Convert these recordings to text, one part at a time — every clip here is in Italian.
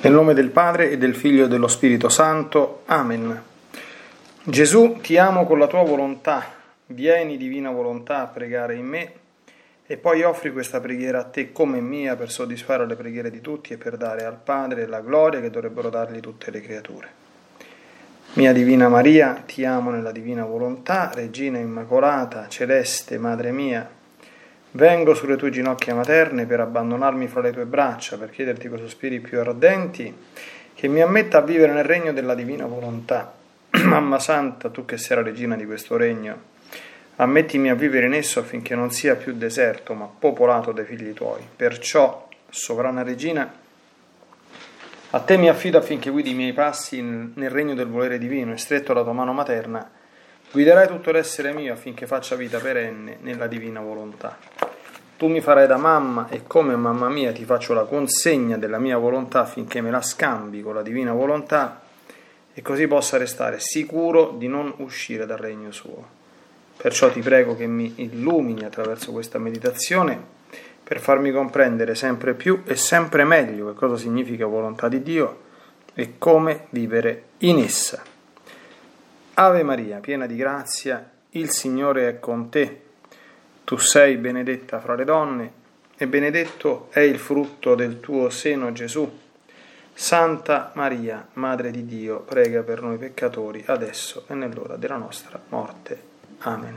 Nel nome del Padre e del Figlio e dello Spirito Santo. Amen. Gesù, ti amo con la tua volontà, vieni divina volontà a pregare in me e poi offri questa preghiera a te come mia per soddisfare le preghiere di tutti e per dare al Padre la gloria che dovrebbero dargli tutte le creature. Mia Divina Maria, ti amo nella divina volontà, Regina Immacolata, Celeste, Madre mia, vengo sulle tue ginocchia materne per abbandonarmi fra le tue braccia, per chiederti con sospiri più ardenti che mi ammetta a vivere nel regno della divina volontà. Mamma Santa, tu che sei la regina di questo regno, ammettimi a vivere in esso affinché non sia più deserto, ma popolato dai figli tuoi. Perciò, sovrana regina, a te mi affido affinché guidi i miei passi nel regno del volere divino e stretto la tua mano materna, guiderai tutto l'essere mio affinché faccia vita perenne nella divina volontà. Tu mi farai da mamma e come mamma mia ti faccio la consegna della mia volontà affinché me la scambi con la divina volontà e così possa restare sicuro di non uscire dal regno suo. Perciò ti prego che mi illumini attraverso questa meditazione per farmi comprendere sempre più e sempre meglio che cosa significa volontà di Dio e come vivere in essa. Ave Maria, piena di grazia, il Signore è con te. Tu sei benedetta fra le donne e benedetto è il frutto del tuo seno, Gesù. Santa Maria, Madre di Dio, prega per noi peccatori, adesso e nell'ora della nostra morte. Amen.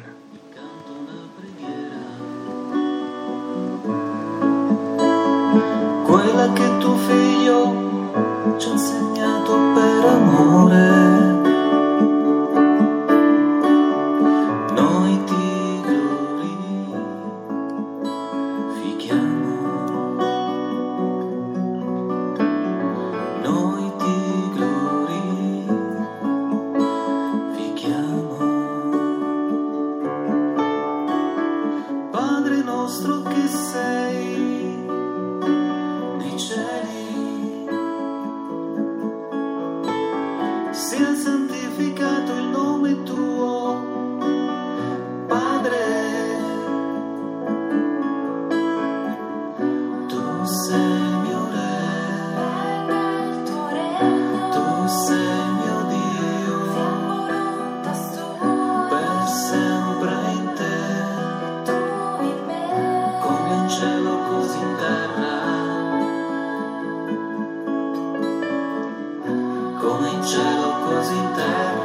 Quella che tuo figlio ci ha insegnato per amore. Sia santificato il nome tuo, Padre. Tu sei mio Re, tu sei mio Dio, per sempre in te, come in cielo così in terra, come in cielo così in terra.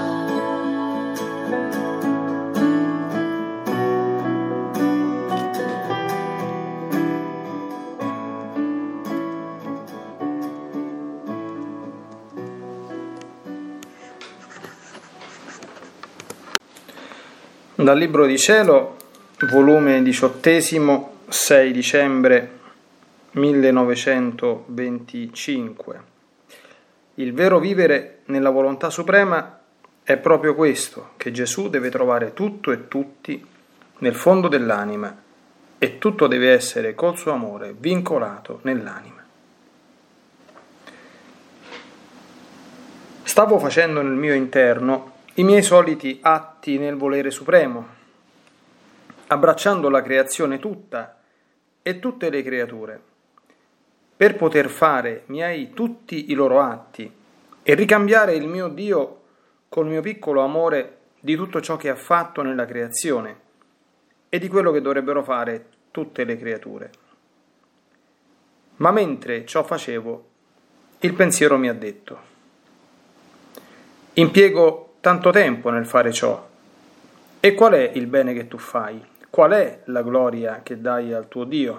Dal Libro di Cielo, volume 18, 6 dicembre 1925. Il vero vivere nella volontà suprema è proprio questo, che Gesù deve trovare tutto e tutti nel fondo dell'anima e tutto deve essere col suo amore vincolato nell'anima. Stavo facendo nel mio interno i miei soliti atti nel volere supremo, abbracciando la creazione tutta e tutte le creature, per poter fare miei tutti i loro atti e ricambiare il mio Dio col mio piccolo amore di tutto ciò che ha fatto nella creazione e di quello che dovrebbero fare tutte le creature. Ma mentre ciò facevo, il pensiero mi ha detto: impiego tanto tempo nel fare ciò, e qual è il bene che tu fai? Qual è la gloria che dai al tuo Dio?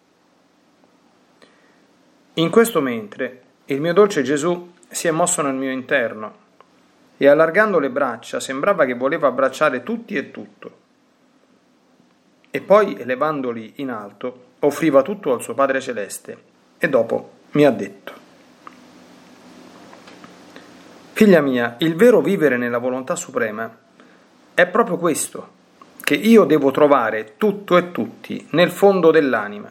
In questo mentre il mio dolce Gesù si è mosso nel mio interno e allargando le braccia sembrava che voleva abbracciare tutti e tutto, e poi elevandoli in alto offriva tutto al suo Padre Celeste e dopo mi ha detto: figlia mia, il vero vivere nella volontà suprema è proprio questo, che io devo trovare tutto e tutti nel fondo dell'anima.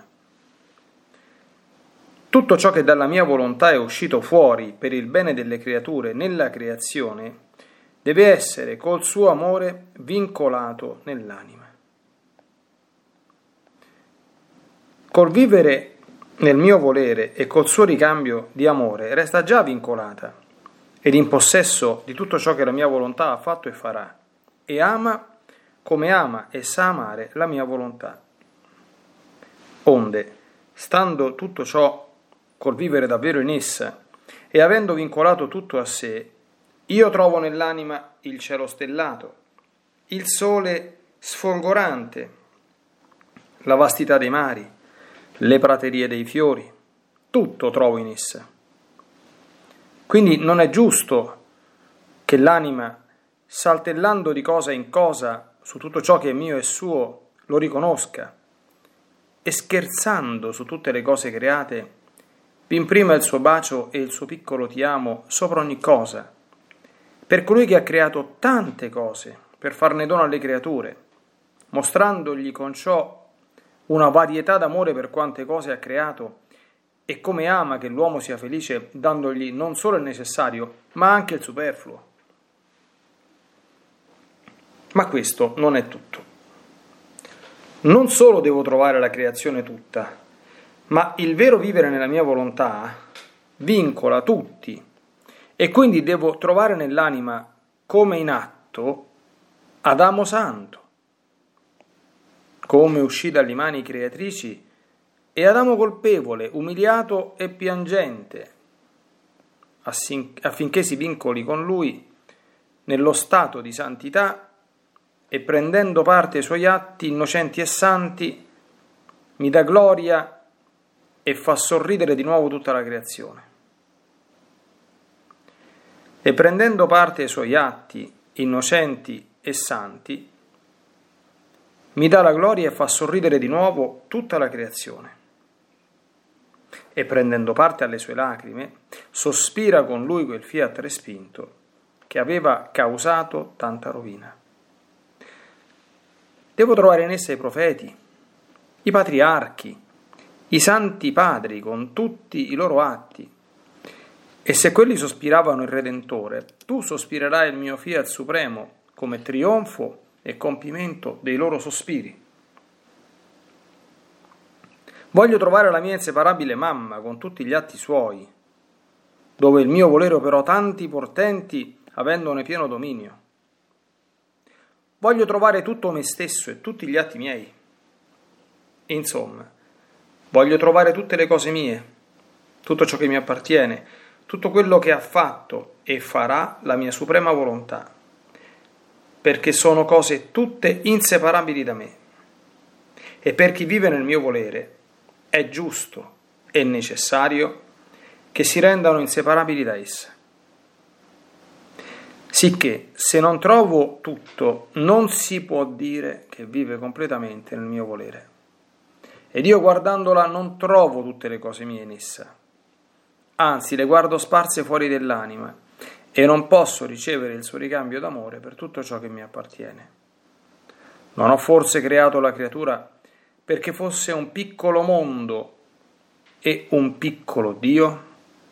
Tutto ciò che dalla mia volontà è uscito fuori per il bene delle creature nella creazione deve essere col suo amore vincolato nell'anima. Col vivere nel mio volere e col suo ricambio di amore resta già vincolata ed in possesso di tutto ciò che la mia volontà ha fatto e farà, e ama come ama e sa amare la mia volontà. Onde, stando tutto ciò col vivere davvero in essa e avendo vincolato tutto a sé, io trovo nell'anima il cielo stellato, il sole sfolgorante, la vastità dei mari, le praterie dei fiori, tutto trovo in essa. Quindi non è giusto che l'anima, saltellando di cosa in cosa su tutto ciò che è mio e suo, lo riconosca e scherzando su tutte le cose create, vi imprima il suo bacio e il suo piccolo ti amo sopra ogni cosa, per colui che ha creato tante cose per farne dono alle creature, mostrandogli con ciò una varietà d'amore per quante cose ha creato e come ama che l'uomo sia felice dandogli non solo il necessario, ma anche il superfluo. Ma questo non è tutto. Non solo devo trovare la creazione tutta, ma il vero vivere nella mia volontà vincola tutti e quindi devo trovare nell'anima come in atto Adamo Santo, come uscì dalle mani creatrici, e Adamo colpevole, umiliato e piangente, affinché si vincoli con lui nello stato di santità e prendendo parte ai suoi atti innocenti e santi, mi dà gloria e fa sorridere di nuovo tutta la creazione. E prendendo parte ai suoi atti innocenti e santi, mi dà la gloria e fa sorridere di nuovo tutta la creazione. E prendendo parte alle sue lacrime, sospira con lui quel fiat respinto che aveva causato tanta rovina. Devo trovare in essa i profeti, i patriarchi, i santi padri con tutti i loro atti. E se quelli sospiravano il Redentore, tu sospirerai il mio fiat supremo come trionfo e compimento dei loro sospiri. Voglio trovare la mia inseparabile mamma con tutti gli atti suoi, dove il mio volere operò tanti portenti avendone pieno dominio. Voglio trovare tutto me stesso e tutti gli atti miei. Insomma, voglio trovare tutte le cose mie, tutto ciò che mi appartiene, tutto quello che ha fatto e farà la mia suprema volontà, perché sono cose tutte inseparabili da me. E per chi vive nel mio volere è giusto e necessario che si rendano inseparabili da essa. Sicché, se non trovo tutto, non si può dire che vive completamente nel mio volere. Ed io guardandola non trovo tutte le cose mie in essa. Anzi, le guardo sparse fuori dell'anima e non posso ricevere il suo ricambio d'amore per tutto ciò che mi appartiene. Non ho forse creato la creatura perché fosse un piccolo mondo e un piccolo Dio?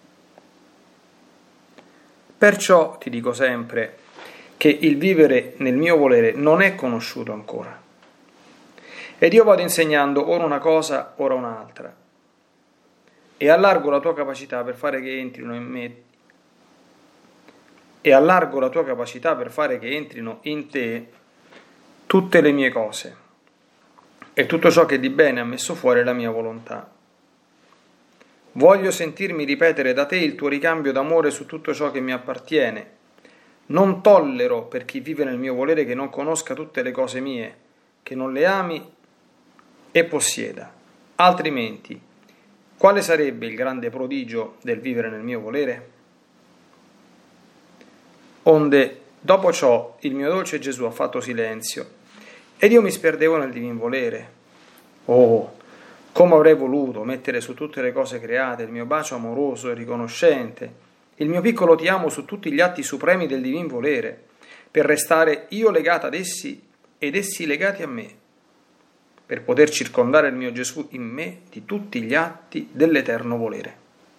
Perciò ti dico sempre che il vivere nel mio volere non è conosciuto ancora. Ed io vado insegnando ora una cosa, ora un'altra, e allargo la tua capacità per fare che entrino in me, e allargo la tua capacità per fare che entrino in te tutte le mie cose, e tutto ciò che di bene ha messo fuori la mia volontà. Voglio sentirmi ripetere da te il tuo ricambio d'amore su tutto ciò che mi appartiene. Non tollero per chi vive nel mio volere che non conosca tutte le cose mie, che non le ami e possieda. Altrimenti, quale sarebbe il grande prodigio del vivere nel mio volere? Onde, dopo ciò, il mio dolce Gesù ha fatto silenzio, ed io mi sperdevo nel divin volere. Oh, come avrei voluto mettere su tutte le cose create il mio bacio amoroso e riconoscente, il mio piccolo ti amo su tutti gli atti supremi del divin volere, per restare io legata ad essi ed essi legati a me, per poter circondare il mio Gesù in me di tutti gli atti dell'eterno volere.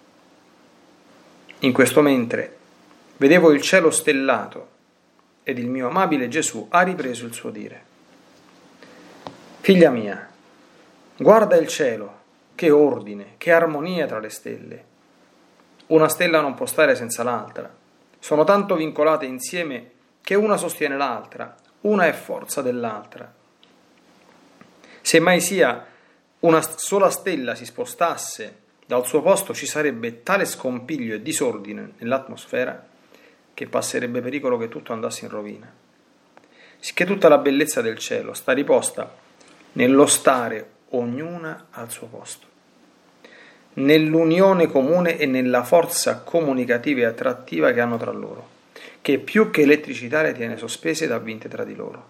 In questo mentre vedevo il cielo stellato ed il mio amabile Gesù ha ripreso il suo dire. Figlia mia, guarda il cielo, che ordine, che armonia tra le stelle. Una stella non può stare senza l'altra. Sono tanto vincolate insieme che una sostiene l'altra, una è forza dell'altra. Se mai sia una sola stella si spostasse dal suo posto, ci sarebbe tale scompiglio e disordine nell'atmosfera che passerebbe pericolo che tutto andasse in rovina. Sicché tutta la bellezza del cielo sta riposta nello stare ognuna al suo posto, nell'unione comune e nella forza comunicativa e attrattiva che hanno tra loro, che più che elettricità le tiene sospese ed avvinte tra di loro.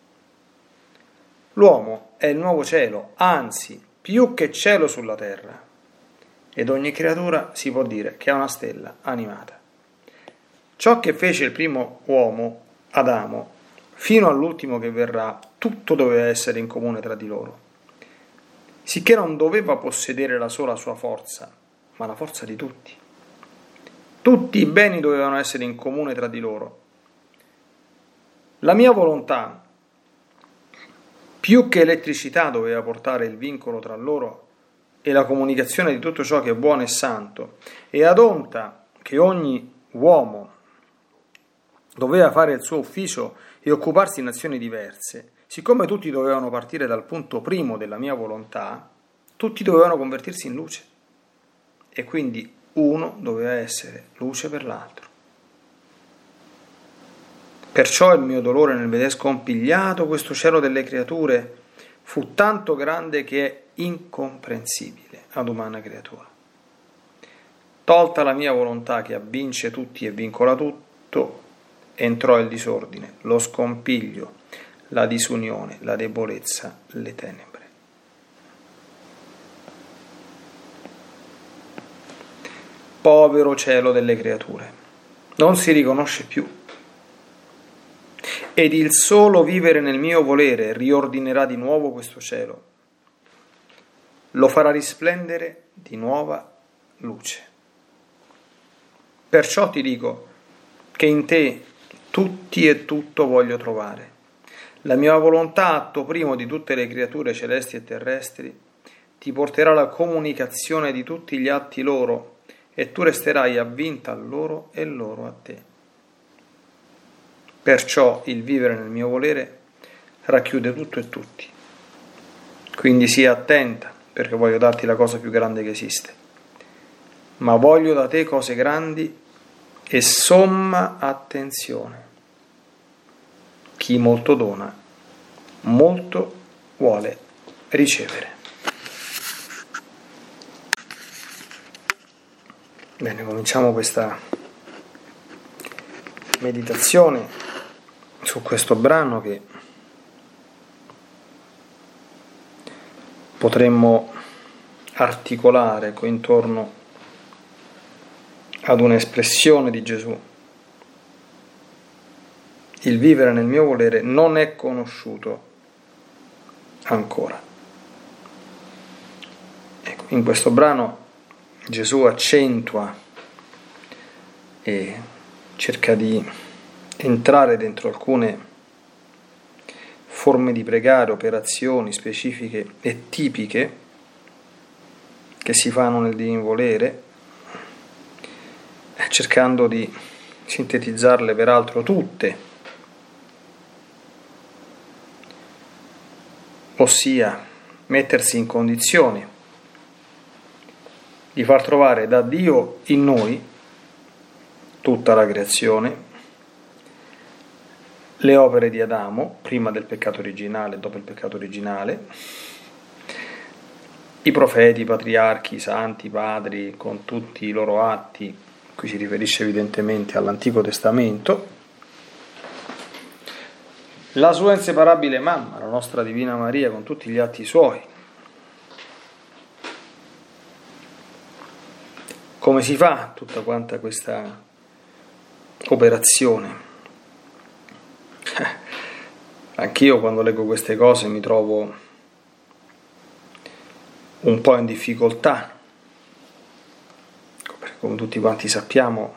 L'uomo è il nuovo cielo, anzi, più che cielo sulla terra, ed ogni creatura si può dire che è una stella animata. Ciò che fece il primo uomo, Adamo, fino all'ultimo che verrà, tutto doveva essere in comune tra di loro, sicché non doveva possedere la sola sua forza, ma la forza di tutti. Tutti i beni dovevano essere in comune tra di loro. La mia volontà, più che elettricità, doveva portare il vincolo tra loro e la comunicazione di tutto ciò che è buono e santo, e ad onta che ogni uomo doveva fare il suo ufficio e occuparsi in azioni diverse, siccome tutti dovevano partire dal punto primo della mia volontà, tutti dovevano convertirsi in luce, e quindi uno doveva essere luce per l'altro. Perciò il mio dolore nel vedere scompigliato questo cielo delle creature fu tanto grande che è incomprensibile ad umana creatura. Tolta la mia volontà che avvince tutti e vincola tutto, entrò il disordine, lo scompiglio, la disunione, la debolezza, le tenebre. Povero cielo delle creature, non si riconosce più. Ed il solo vivere nel mio volere riordinerà di nuovo questo cielo, lo farà risplendere di nuova luce. Perciò ti dico che in te tutti e tutto voglio trovare. La mia volontà, atto primo di tutte le creature celesti e terrestri, ti porterà la comunicazione di tutti gli atti loro, e tu resterai avvinta a loro e loro a te. Perciò il vivere nel mio volere racchiude tutto e tutti. Quindi sii attenta, perché voglio darti la cosa più grande che esiste. Ma voglio da te cose grandi e somma attenzione. Chi molto dona, molto vuole ricevere. Bene, cominciamo questa meditazione su questo brano che potremmo articolare intorno ad un'espressione di Gesù. Il vivere nel mio volere non è conosciuto ancora. Ecco, in questo brano Gesù accentua e cerca di entrare dentro alcune forme di pregare, operazioni specifiche e tipiche che si fanno nel divino volere, cercando di sintetizzarle peraltro tutte, ossia mettersi in condizione di far trovare da Dio in noi tutta la creazione, le opere di Adamo, prima del peccato originale e dopo il peccato originale, i profeti, i patriarchi, i santi, i padri, con tutti i loro atti, qui si riferisce evidentemente all'Antico Testamento, la sua inseparabile mamma, la nostra Divina Maria, con tutti gli atti suoi. Come si fa tutta quanta questa operazione? Anch'io quando leggo queste cose mi trovo un po' in difficoltà, perché come tutti quanti sappiamo,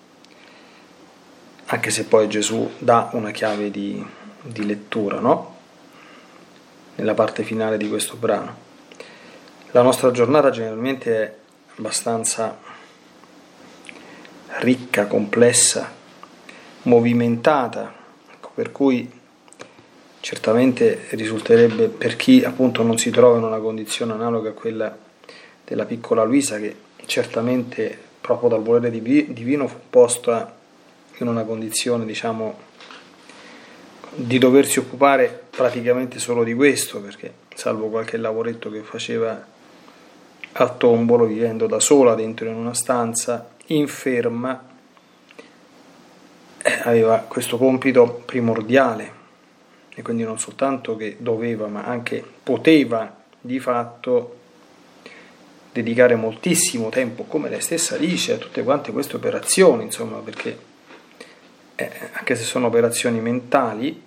anche se poi Gesù dà una chiave di lettura, no? Nella parte finale di questo brano, La nostra giornata generalmente è abbastanza ricca, complessa, movimentata, ecco, per cui certamente risulterebbe, per chi appunto non si trova in una condizione analoga a quella della piccola Luisa, che certamente proprio dal volere divino fu posta in una condizione, diciamo, di doversi occupare praticamente solo di questo, perché salvo qualche lavoretto che faceva a tombolo, vivendo da sola dentro in una stanza, inferma, aveva questo compito primordiale, e quindi non soltanto che doveva, ma anche poteva di fatto dedicare moltissimo tempo, come lei stessa dice, a tutte quante queste operazioni, insomma, perché anche se sono operazioni mentali,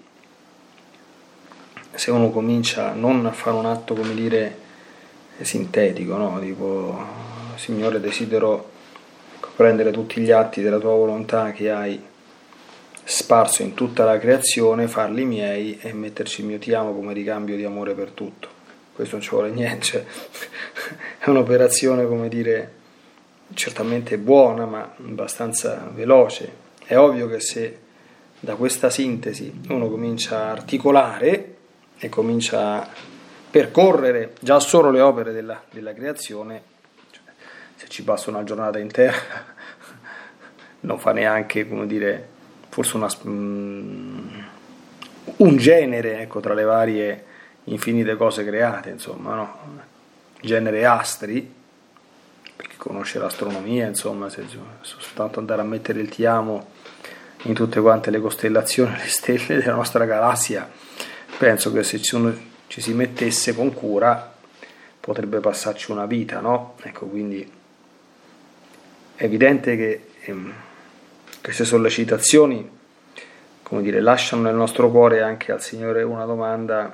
se uno comincia non a fare un atto, come dire, sintetico, no? Tipo, Signore, desidero prendere tutti gli atti della tua volontà che hai sparso in tutta la creazione, farli miei e metterci il mio ti amo come ricambio di amore per tutto. Questo non ci vuole niente, cioè, è un'operazione, come dire, certamente buona, ma abbastanza veloce. È ovvio che se da questa sintesi uno comincia a articolare e comincia a percorrere già solo le opere della creazione, cioè, se ci passa una giornata intera non fa neanche, come dire, forse un genere, ecco, tra le varie infinite cose create, insomma, no? Genere astri, per chi conosce l'astronomia, insomma, se soltanto andare a mettere il ti amo in tutte quante le costellazioni, le stelle della nostra galassia, penso che se ci si mettesse con cura potrebbe passarci una vita, no? Ecco, quindi è evidente che queste sollecitazioni, come dire, lasciano nel nostro cuore anche al Signore una domanda,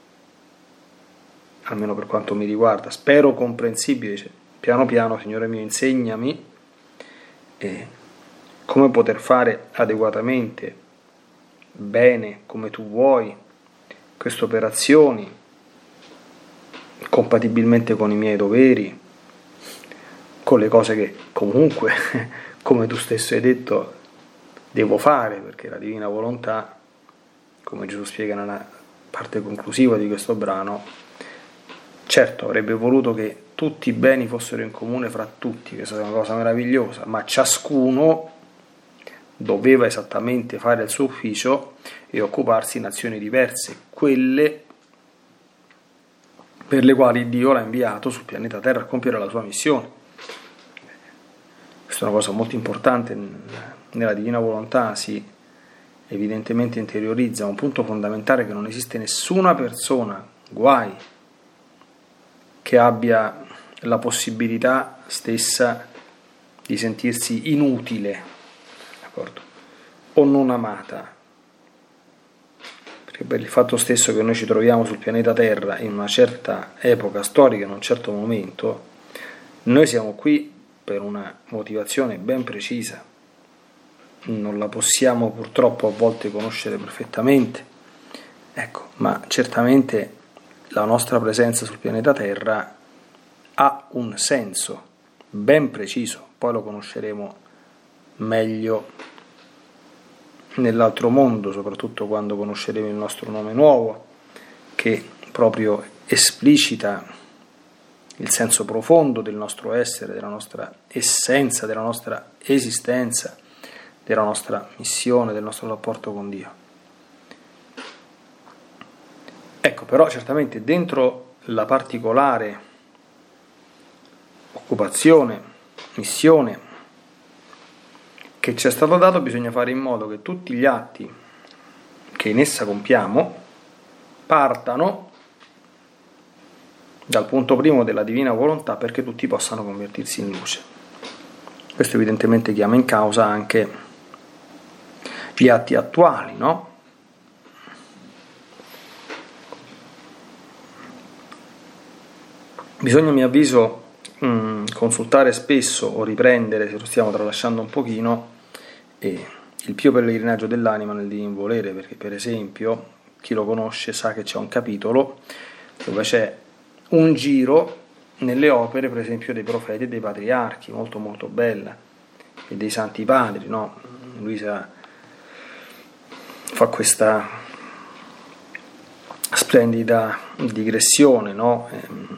almeno per quanto mi riguarda, spero comprensibile, dice, piano piano, Signore mio, insegnami come poter fare adeguatamente, bene, come tu vuoi, queste operazioni, compatibilmente con i miei doveri, con le cose che comunque, come tu stesso hai detto, devo fare, perché la divina volontà, come Gesù spiega nella parte conclusiva di questo brano, certo avrebbe voluto che tutti i beni fossero in comune fra tutti, questa è una cosa meravigliosa, ma ciascuno doveva esattamente fare il suo ufficio e occuparsi in azioni diverse, quelle per le quali Dio l'ha inviato sul pianeta Terra a compiere la sua missione. Questa è una cosa molto importante, nella divina volontà si evidentemente interiorizza un punto fondamentale, che non esiste nessuna persona, guai, che abbia la possibilità stessa di sentirsi inutile, d'accordo? O non amata, perché per il fatto stesso che noi ci troviamo sul pianeta Terra in una certa epoca storica, in un certo momento, noi siamo qui per una motivazione ben precisa, non la possiamo purtroppo a volte conoscere perfettamente, ecco, ma certamente la nostra presenza sul pianeta Terra ha un senso ben preciso, poi lo conosceremo meglio nell'altro mondo, soprattutto quando conosceremo il nostro nome nuovo, che proprio esplicita il senso profondo del nostro essere, della nostra essenza, della nostra esistenza, della nostra missione, del nostro rapporto con Dio. Ecco, però certamente dentro la particolare occupazione, missione che ci è stato dato, bisogna fare in modo che tutti gli atti che in essa compiamo partano dal punto primo della divina volontà, perché tutti possano convertirsi in luce. Questo evidentemente chiama in causa anche gli atti attuali, no? Bisogna, a mio avviso, consultare spesso o riprendere, se lo stiamo tralasciando un pochino, il pio pellegrinaggio dell'anima nel divin volere, perché per esempio chi lo conosce sa che c'è un capitolo dove c'è un giro nelle opere, per esempio, dei profeti e dei patriarchi, molto molto bella, e dei santi padri, no? Luisa fa questa splendida digressione, no?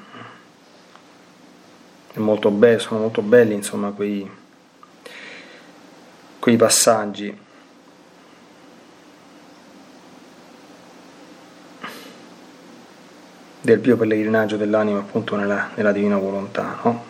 È molto bello, sono molto belli, insomma, quei passaggi. Del pio pellegrinaggio dell'anima, appunto, nella divina volontà, no?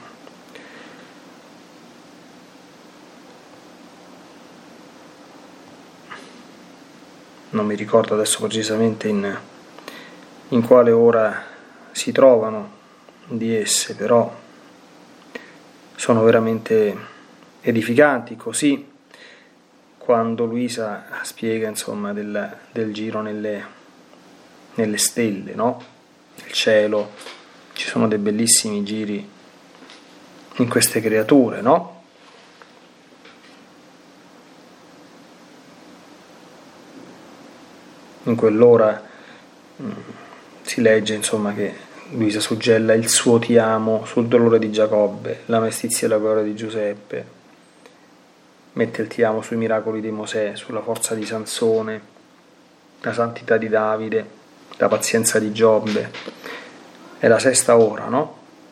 Non mi ricordo adesso precisamente in quale ora si trovano di esse, però sono veramente edificanti. Così quando Luisa spiega, insomma, del giro nelle stelle, no? Il cielo, ci sono dei bellissimi giri in queste creature, no? In quell'ora si legge, insomma, che Luisa suggella il suo ti amo sul dolore di Giacobbe, la mestizia e la gloria di Giuseppe, mette il ti amo sui miracoli di Mosè, sulla forza di Sansone, la santità di Davide, la pazienza di Giobbe. È la sesta ora, no?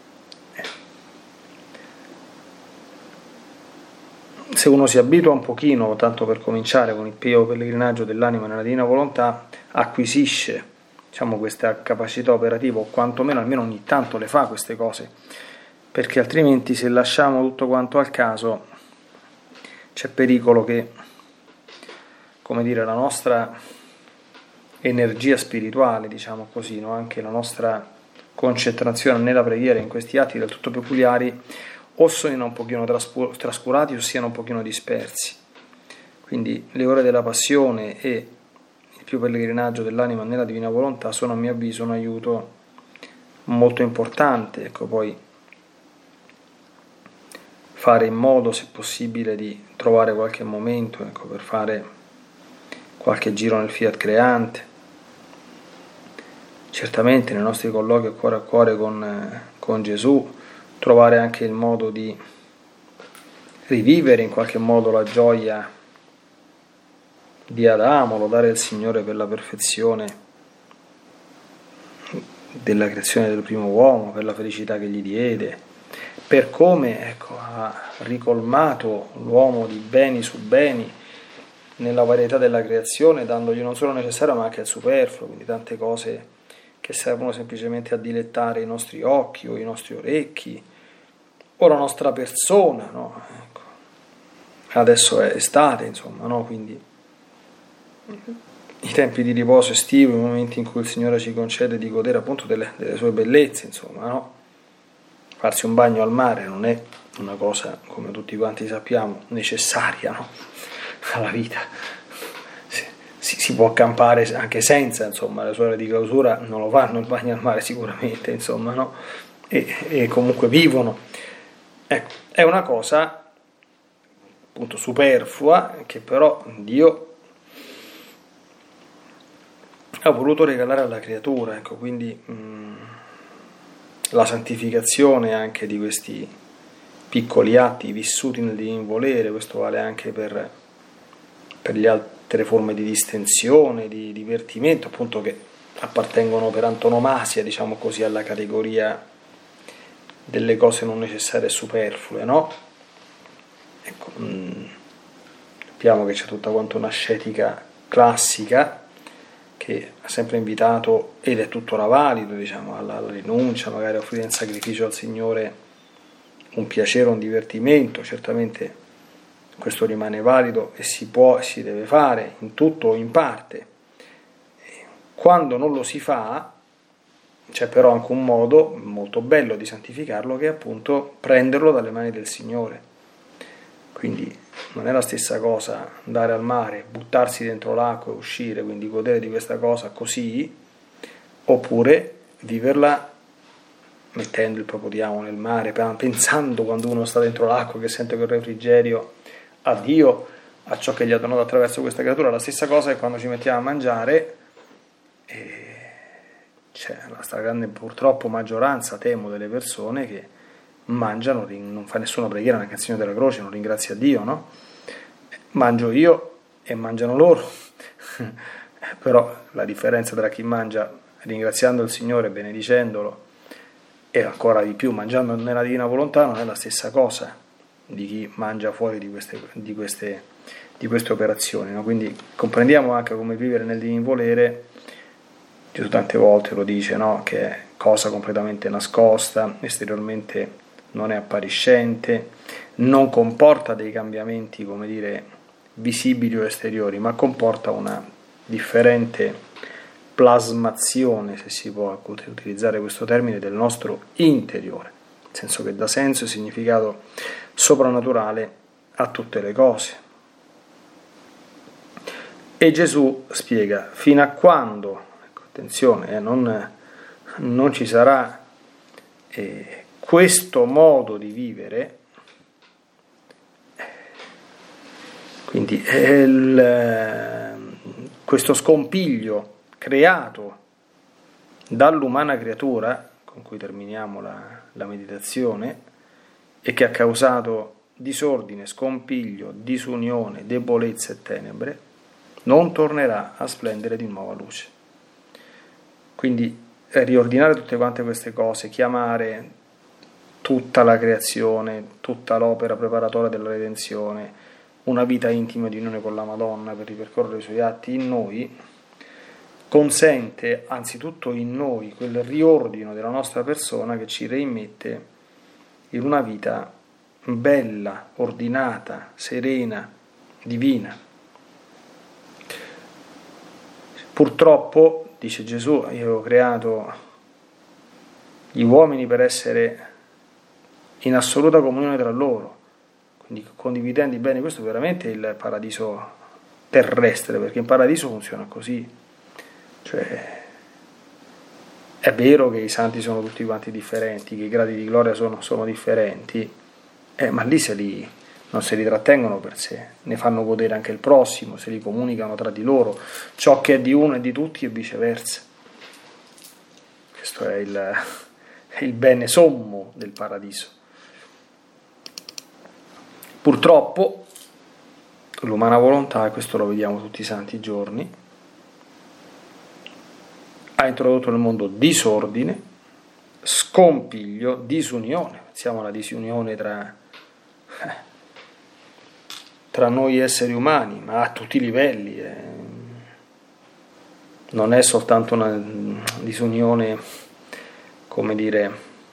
Se uno si abitua un pochino, tanto per cominciare, con il pio pellegrinaggio dell'anima nella divina volontà, acquisisce, diciamo, questa capacità operativa, o quantomeno almeno ogni tanto le fa queste cose, perché altrimenti, se lasciamo tutto quanto al caso, c'è pericolo che, come dire, la nostra energia spirituale, diciamo così, no? Anche la nostra concentrazione nella preghiera in questi atti del tutto peculiari o siano un pochino trascurati o siano un pochino dispersi. Quindi le ore della passione e il pio pellegrinaggio dell'anima nella divina volontà sono, a mio avviso, un aiuto molto importante. Ecco, poi fare in modo, se possibile, di trovare qualche momento, ecco, per fare qualche giro nel fiat creante. Certamente nei nostri colloqui cuore a cuore con Gesù, trovare anche il modo di rivivere in qualche modo la gioia di Adamo, lodare il Signore per la perfezione della creazione del primo uomo, per la felicità che gli diede, per come, ecco, ha ricolmato l'uomo di beni su beni nella varietà della creazione, dandogli non solo il necessario ma anche il superfluo, quindi tante cose che servono semplicemente a dilettare i nostri occhi o i nostri orecchi o la nostra persona, no? Ecco. Adesso è estate, insomma, no? Quindi i tempi di riposo estivo, i momenti in cui il Signore ci concede di godere appunto delle sue bellezze, insomma, no? Farsi un bagno al mare non è una cosa, come tutti quanti sappiamo, necessaria, no? Alla vita. Si può accampare anche senza, insomma, le suore di clausura non lo fanno il bagno al mare sicuramente, insomma, no? E comunque vivono. Ecco, è una cosa appunto superflua che però Dio ha voluto regalare alla creatura, ecco, quindi la santificazione anche di questi piccoli atti vissuti nel divino volere, questo vale anche per le altre forme di distensione, di divertimento, appunto, che appartengono per antonomasia, diciamo così, alla categoria delle cose non necessarie e superflue, no? Ecco, sappiamo che c'è tutta quanto un'ascetica classica che ha sempre invitato, ed è tuttora valido, diciamo, alla rinuncia, magari offrire in sacrificio al Signore un piacere, un divertimento. Certamente questo rimane valido e si può e si deve fare in tutto o in parte. Quando non lo si fa, c'è però anche un modo molto bello di santificarlo, che è appunto prenderlo dalle mani del Signore. Quindi non è la stessa cosa andare al mare, buttarsi dentro l'acqua e uscire, quindi godere di questa cosa così, oppure viverla mettendo il proprio diavolo nel mare, pensando, quando uno sta dentro l'acqua, che sente quel refrigerio, a Dio, a ciò che gli ha donato attraverso questa creatura. La stessa cosa è quando ci mettiamo a mangiare c'è la stragrande purtroppo maggioranza, temo, delle persone che mangiano, non fa nessuna preghiera neanche il segno della croce, non ringrazia Dio, no? Mangio io e mangiano loro. Però la differenza tra chi mangia ringraziando il Signore, benedicendolo, e ancora di più mangiando nella divina volontà non è la stessa cosa di chi mangia fuori di queste operazioni, no? Quindi comprendiamo anche come vivere nel divin volere. Gesù tante volte lo dice, no? Che è cosa completamente nascosta, esteriormente non è appariscente, non comporta dei cambiamenti, come dire, visibili o esteriori, ma comporta una differente plasmazione, se si può utilizzare questo termine, del nostro interiore, nel senso che dà senso e significato soprannaturale a tutte le cose. E Gesù spiega fino a quando, ecco, attenzione, non ci sarà questo modo di vivere, quindi questo scompiglio creato dall'umana creatura, con cui terminiamo la meditazione, e che ha causato disordine, scompiglio, disunione, debolezza e tenebre, non tornerà a splendere di nuova luce. Quindi riordinare tutte quante queste cose, chiamare tutta la creazione, tutta l'opera preparatoria della redenzione, una vita intima di unione con la Madonna per ripercorrere i suoi atti in noi, consente anzitutto in noi quel riordino della nostra persona che ci reimmette in una vita bella, ordinata, serena, divina. Purtroppo, dice Gesù, io ho creato gli uomini per essere in assoluta comunione tra loro, quindi condividendo i beni. Questo è veramente il paradiso terrestre, perché in paradiso funziona così. Cioè, è vero che i santi sono tutti quanti differenti, che i gradi di gloria sono differenti, ma lì non se li trattengono per sé, ne fanno godere anche il prossimo, se li comunicano tra di loro, ciò che è di uno è di tutti e viceversa. Questo è il bene sommo del paradiso. Purtroppo l'umana volontà, e questo lo vediamo tutti i santi giorni, ha introdotto nel mondo disordine, scompiglio, disunione. Pensiamo alla disunione tra noi esseri umani, ma a tutti i livelli. Non è soltanto una disunione, come dire,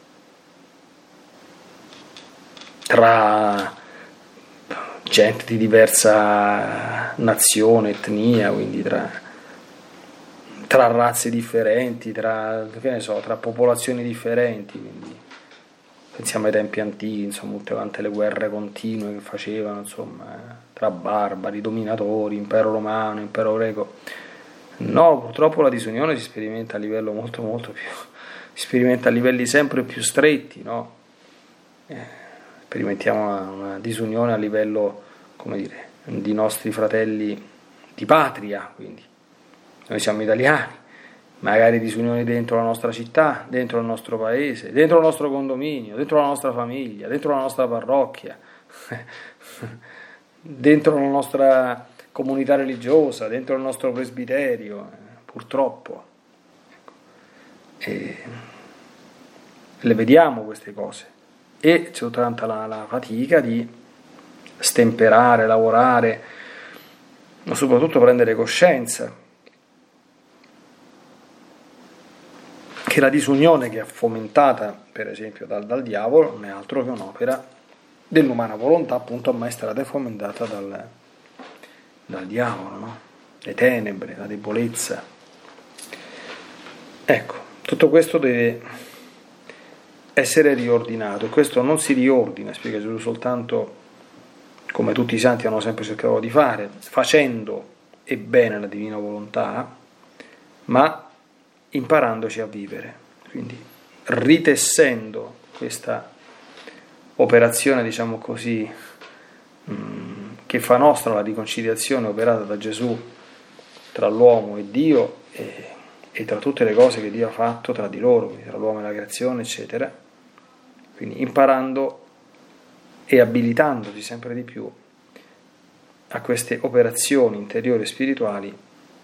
tra gente di diversa nazione, etnia, quindi tra razze differenti, tra popolazioni differenti. Quindi pensiamo ai tempi antichi, insomma, tutte quante le guerre continue che facevano, insomma, tra barbari, dominatori, impero romano, impero greco. No, purtroppo la disunione si sperimenta a livello molto molto più, si sperimenta a livelli sempre più stretti, no? Sperimentiamo una disunione a livello, come dire, di nostri fratelli di patria, quindi noi siamo italiani, magari disunioni dentro la nostra città, dentro il nostro paese, dentro il nostro condominio, dentro la nostra famiglia, dentro la nostra parrocchia, dentro la nostra comunità religiosa, dentro il nostro presbiterio, purtroppo. E le vediamo queste cose, e c'è tanta la fatica di stemperare, lavorare, ma soprattutto prendere coscienza che la disunione che è fomentata, per esempio, dal diavolo non è altro che un'opera dell'umana volontà, appunto ammaestrata e fomentata dal diavolo, no? Le tenebre, la debolezza. Ecco, tutto questo deve essere riordinato, e questo non si riordina, spiega Gesù, soltanto, come tutti i santi hanno sempre cercato di fare, facendo e bene la divina volontà, ma imparandoci a vivere, quindi ritessendo questa operazione, diciamo così, che fa nostra la riconciliazione operata da Gesù tra l'uomo e Dio, e e tra tutte le cose che Dio ha fatto tra di loro, quindi tra l'uomo e la creazione, eccetera, quindi imparando e abilitandosi sempre di più a queste operazioni interiori e spirituali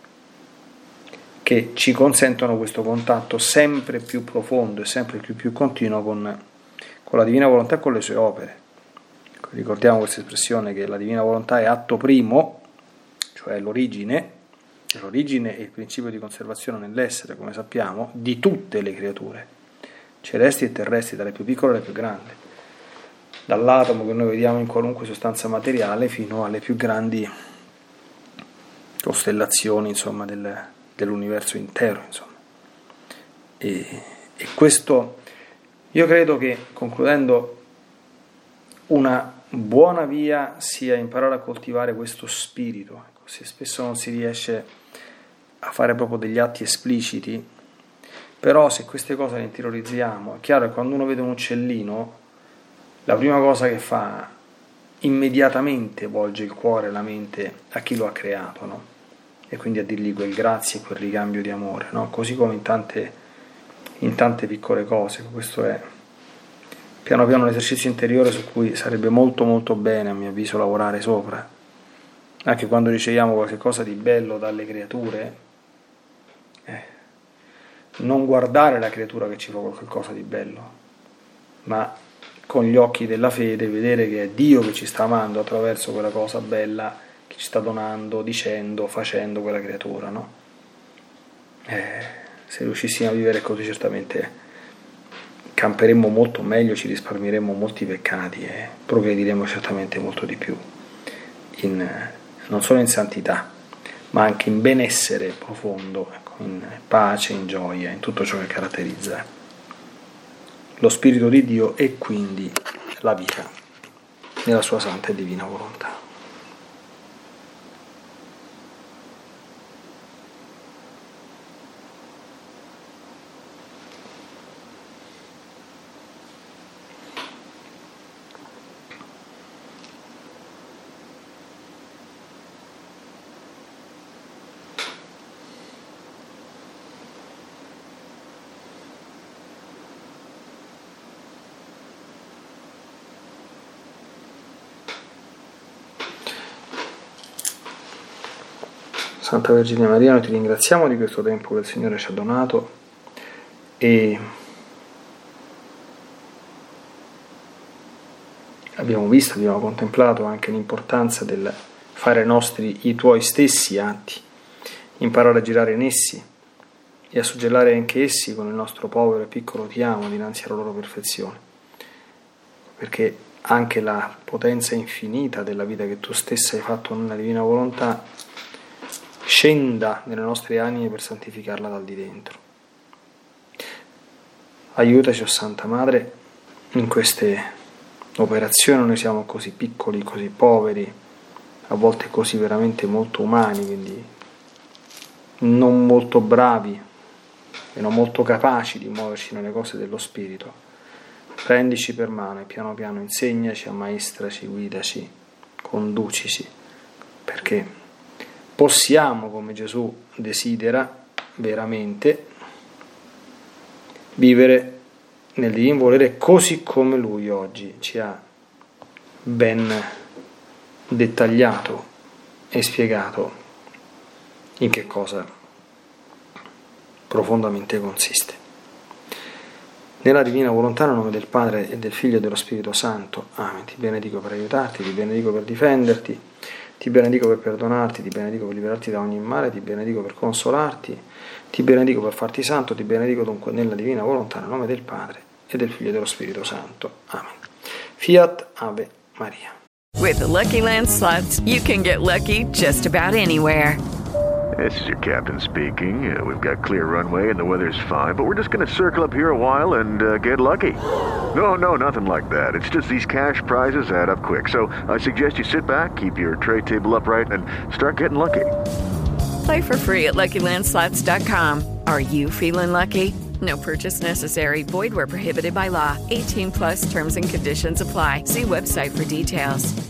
che ci consentono questo contatto sempre più profondo e sempre più continuo con la divina volontà e con le sue opere. Ricordiamo questa espressione che la divina volontà è atto primo, cioè l'origine è il principio di conservazione nell'essere, come sappiamo, di tutte le creature, celesti e terrestri, dalle più piccole alle più grandi, dall'atomo che noi vediamo in qualunque sostanza materiale fino alle più grandi costellazioni, insomma, dell'universo intero, insomma. E questo, io credo che, concludendo, una buona via sia imparare a coltivare questo spirito. Se spesso non si riesce a fare proprio degli atti espliciti, però se queste cose le interiorizziamo, è chiaro che quando uno vede un uccellino, la prima cosa che fa, immediatamente volge il cuore e la mente a chi lo ha creato, no? E quindi a dirgli quel grazie e quel ricambio di amore, no? Così come in tante piccole cose. Questo è piano piano un esercizio interiore su cui sarebbe molto molto bene, a mio avviso, lavorare sopra. Anche quando riceviamo qualche cosa di bello dalle creature, non guardare la creatura che ci fa qualche cosa di bello, ma con gli occhi della fede vedere che è Dio che ci sta amando attraverso quella cosa bella che ci sta donando, dicendo, facendo quella creatura, no? Se riuscissimo a vivere così, certamente camperemmo molto meglio, ci risparmieremmo molti peccati e progrediremo certamente molto di più, non solo in santità, ma anche in benessere profondo, in pace, in gioia, in tutto ciò che caratterizza lo Spirito di Dio e quindi la vita nella sua santa e divina volontà. Santa Vergine Maria, noi ti ringraziamo di questo tempo che il Signore ci ha donato e abbiamo contemplato anche l'importanza del fare nostri i tuoi stessi atti, imparare a girare in essi e a suggellare anche essi con il nostro povero e piccolo ti amo dinanzi alla loro perfezione, perché anche la potenza infinita della vita che tu stessa hai fatto nella divina volontà scenda nelle nostre anime per santificarla dal di dentro. Aiutaci, o Santa Madre, in queste operazioni. Noi siamo così piccoli, così poveri, a volte così veramente molto umani, quindi non molto bravi e non molto capaci di muoverci nelle cose dello Spirito. Prendici per mano e piano piano insegnaci, ammaestraci, guidaci, conducici, perché possiamo, come Gesù desidera veramente, vivere nel divino volere così come Lui oggi ci ha ben dettagliato e spiegato in che cosa profondamente consiste. Nella divina volontà, nel nome del Padre e del Figlio e dello Spirito Santo. Amen. Ti benedico per aiutarti, ti benedico per difenderti, ti benedico per perdonarti, ti benedico per liberarti da ogni male, ti benedico per consolarti, ti benedico per farti santo, ti benedico dunque nella divina volontà, nel nome del Padre e del Figlio e dello Spirito Santo. Amen. Fiat Ave Maria. With the Lucky Land Slots, you can get lucky just about anywhere. This is your captain speaking. We've got clear runway and the weather's fine, but we're just going to circle up here a while and get lucky. No, nothing like that. It's just these cash prizes add up quick. So I suggest you sit back, keep your tray table upright, and start getting lucky. Play for free at LuckyLandSlots.com. Are you feeling lucky? No purchase necessary. Void where prohibited by law. 18+ terms and conditions apply. See website for details.